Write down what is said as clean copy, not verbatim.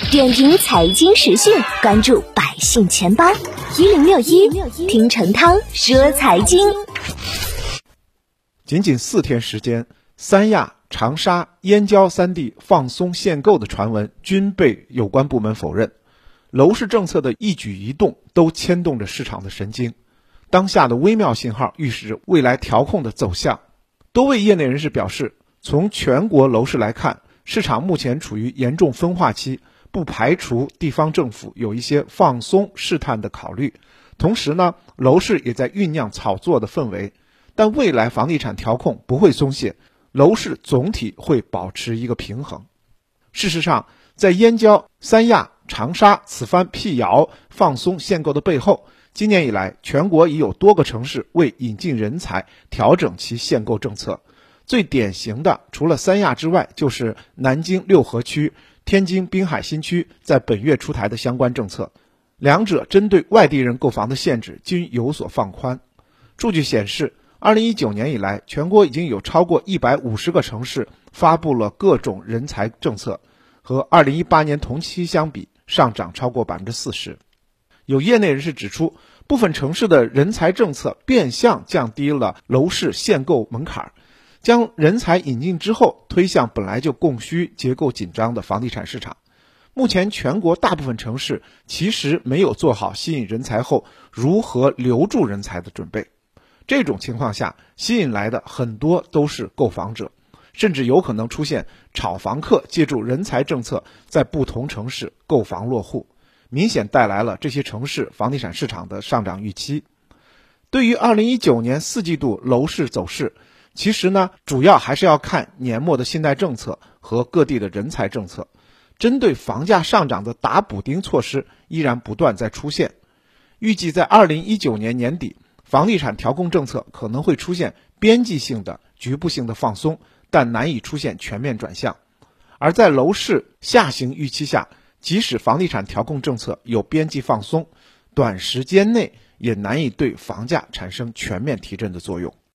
点评财经时讯，关注百姓钱包1061，听陈涛说财经。 仅仅4天时间，三亚、长沙、燕郊3地放松限购的传闻均被有关部门否认。楼市政策的一举一动都牵动着市场的神经，当下的微妙信号预示着未来调控的走向。多位业内人士表示，从全国楼市来看，市场目前处于严重分化期，不排除地方政府有一些放松试探的考虑。同时呢，楼市也在酝酿炒作的氛围，但未来房地产调控不会松懈，楼市总体会保持一个平衡。事实上，在燕郊、三亚、长沙此番辟谣放松限购的背后，今年以来全国已有多个城市为引进人才调整其限购政策。最典型的除了三亚之外，就是南京六合区、天津滨海新区在本月出台的相关政策，两者针对外地人购房的限制均有所放宽。数据显示，2019年以来，全国已经有超过150个城市发布了各种人才政策，和2018年同期相比上涨超过 40%。 有业内人士指出，部分城市的人才政策变相降低了楼市限购门槛，将人才引进之后推向本来就供需结构紧张的房地产市场。目前全国大部分城市其实没有做好吸引人才后如何留住人才的准备，这种情况下吸引来的很多都是购房者，甚至有可能出现炒房客借助人才政策在不同城市购房落户，明显带来了这些城市房地产市场的上涨预期。对于2019年4季度楼市走势，其实呢，主要还是要看年末的信贷政策和各地的人才政策。针对房价上涨的打补丁措施依然不断在出现，预计在2019年年底，房地产调控政策可能会出现边际性的、局部性的放松，但难以出现全面转向。而在楼市下行预期下，即使房地产调控政策有边际放松，短时间内也难以对房价产生全面提振的作用。